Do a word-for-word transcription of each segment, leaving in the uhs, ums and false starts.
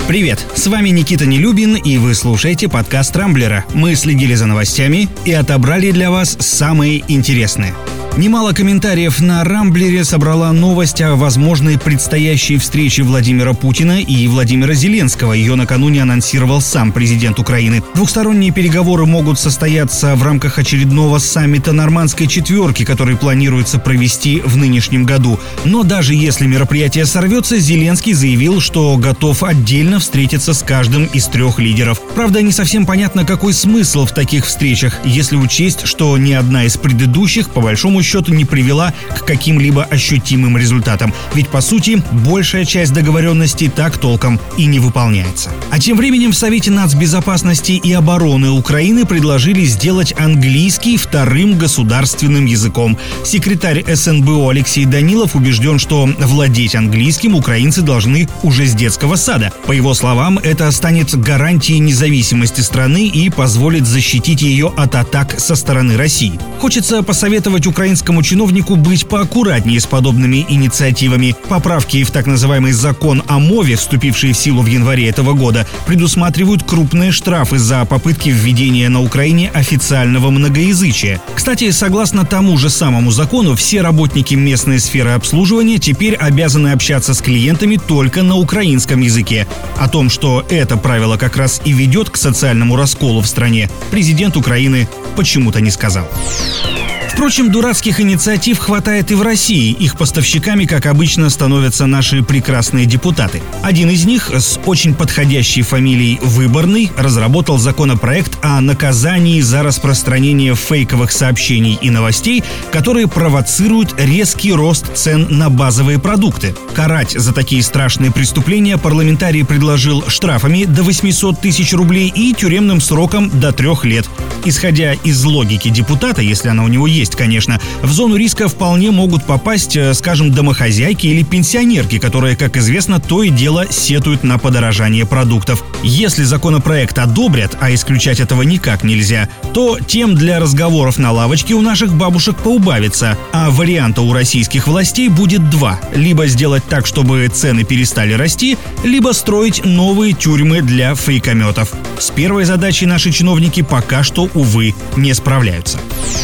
Привет, с вами Никита Нелюбин, и вы слушаете подкаст Рамблера. Мы следили за новостями и отобрали для вас самые интересные. Немало комментариев на Рамблере собрала новость о возможной предстоящей встрече Владимира Путина и Владимира Зеленского. Ее накануне анонсировал сам президент Украины. Двухсторонние переговоры могут состояться в рамках очередного саммита Нормандской четверки, который планируется провести в нынешнем году. Но даже если мероприятие сорвется, Зеленский заявил, что готов отдельно встретиться с каждым из трех лидеров. Правда, не совсем понятно, какой смысл в таких встречах, если учесть, что ни одна из предыдущих, по большому счету, не привела к каким-либо ощутимым результатам. Ведь, по сути, большая часть договоренностей так толком и не выполняется. А тем временем в Совете нацбезопасности и обороны Украины предложили сделать английский вторым государственным языком. Секретарь эс эн бэ о Алексей Данилов убежден, что владеть английским украинцы должны уже с детского сада. По его словам, это станет гарантией независимости страны и позволит защитить ее от атак со стороны России. Хочется посоветовать украинскому чиновнику быть поаккуратнее с подобными инициативами. Поправки в так называемый закон о мове, вступившие в силу в январе этого года, предусматривают крупные штрафы за попытки введения на Украине официального многоязычия. Кстати, согласно тому же самому закону, все работники местной сферы обслуживания теперь обязаны общаться с клиентами только на украинском языке. О том, что это правило как раз и ведет к социальному расколу в стране, президент Украины почему-то не сказал. Впрочем, дурацких инициатив хватает и в России. Их поставщиками, как обычно, становятся наши прекрасные депутаты. Один из них, с очень подходящей фамилией Выборный, разработал законопроект о наказании за распространение фейковых сообщений и новостей, которые провоцируют резкий рост цен на базовые продукты. Карать за такие страшные преступления парламентарий предложил штрафами до восемьсот тысяч рублей и тюремным сроком до трех лет. Исходя из логики депутата, если она у него есть, конечно, в зону риска вполне могут попасть, скажем, домохозяйки или пенсионерки, которые, как известно, то и дело сетуют на подорожание продуктов. Если законопроект одобрят, а исключать этого никак нельзя, то тем для разговоров на лавочке у наших бабушек поубавится, а варианта у российских властей будет два. Либо сделать так, чтобы цены перестали расти, либо строить новые тюрьмы для фейкометов. С первой задачей наши чиновники пока что, увы, не справляются.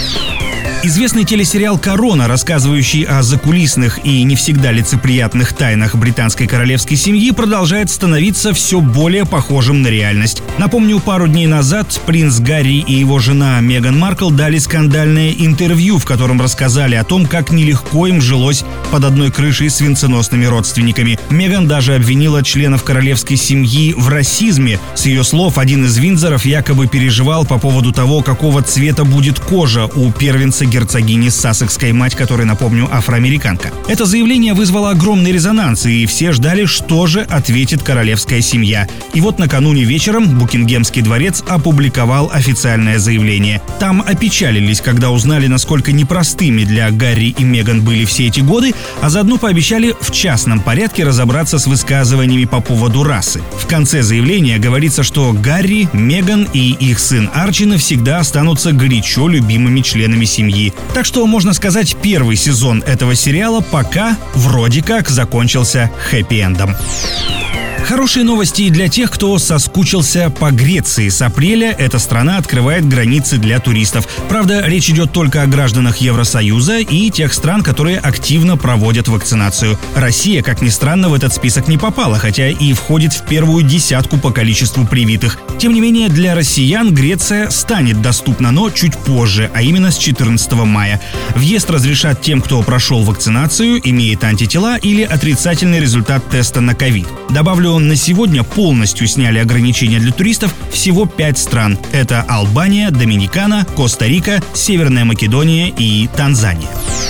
Известный телесериал «Корона», рассказывающий о закулисных и не всегда лицеприятных тайнах британской королевской семьи, продолжает становиться все более похожим на реальность. Напомню, пару дней назад принц Гарри и его жена Меган Маркл дали скандальное интервью, в котором рассказали о том, как нелегко им жилось под одной крышей с венценосными родственниками. Меган даже обвинила членов королевской семьи в расизме. С ее слов, один из Виндзоров якобы переживал по поводу того, какого цвета будет кожа у первенца герцогини Сассекской, мать которой, напомню, афроамериканка. Это заявление вызвало огромный резонанс, и все ждали, что же ответит королевская семья. И вот накануне вечером Букингемский дворец опубликовал официальное заявление. Там опечалились, когда узнали, насколько непростыми для Гарри и Меган были все эти годы, а заодно пообещали в частном порядке разобраться с высказываниями по поводу расы. В конце заявления говорится, что Гарри, Меган и их сын Арчи навсегда останутся горячо любимыми членами семьи. Так что, можно сказать, первый сезон этого сериала пока вроде как закончился хэппи-эндом. Хорошие новости и для тех, кто соскучился по Греции. С апреля эта страна открывает границы для туристов. Правда, речь идет только о гражданах Евросоюза и тех стран, которые активно проводят вакцинацию. Россия, как ни странно, в этот список не попала, хотя и входит в первую десятку по количеству привитых. Тем не менее, для россиян Греция станет доступна, но чуть позже, а именно с четырнадцатого мая. Въезд разрешат тем, кто прошел вакцинацию, имеет антитела или отрицательный результат теста на ковид. Добавлю, на сегодня полностью сняли ограничения для туристов всего пять стран. Это Албания, Доминикана, Коста-Рика, Северная Македония и Танзания.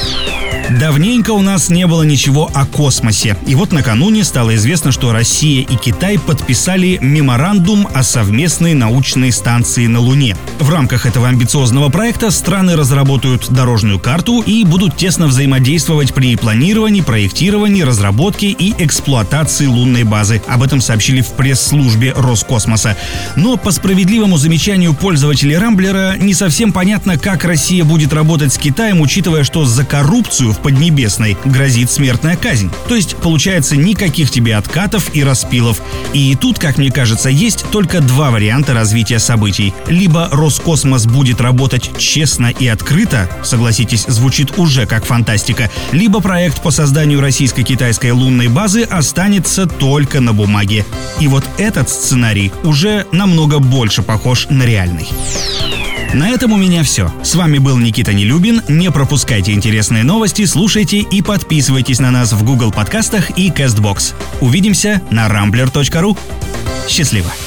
Давненько у нас не было ничего о космосе. И вот накануне стало известно, что Россия и Китай подписали меморандум о совместной научной станции на Луне. В рамках этого амбициозного проекта страны разработают дорожную карту и будут тесно взаимодействовать при планировании, проектировании, разработке и эксплуатации лунной базы. Об этом сообщили в пресс-службе Роскосмоса. Но по справедливому замечанию пользователей Рамблера не совсем понятно, как Россия будет работать с Китаем, учитывая, что за коррупцию в Поднебесной грозит смертная казнь. То есть, получается, никаких тебе откатов и распилов. И тут, как мне кажется, есть только два варианта развития событий. Либо Роскосмос будет работать честно и открыто, согласитесь, звучит уже как фантастика, либо проект по созданию российско-китайской лунной базы останется только на бумаге. И вот этот сценарий уже намного больше похож на реальный. На этом у меня все. С вами был Никита Нелюбин. Не пропускайте интересные новости, слушайте и подписывайтесь на нас в Google подкастах и Castbox. Увидимся на рамблер точка ру. Счастливо!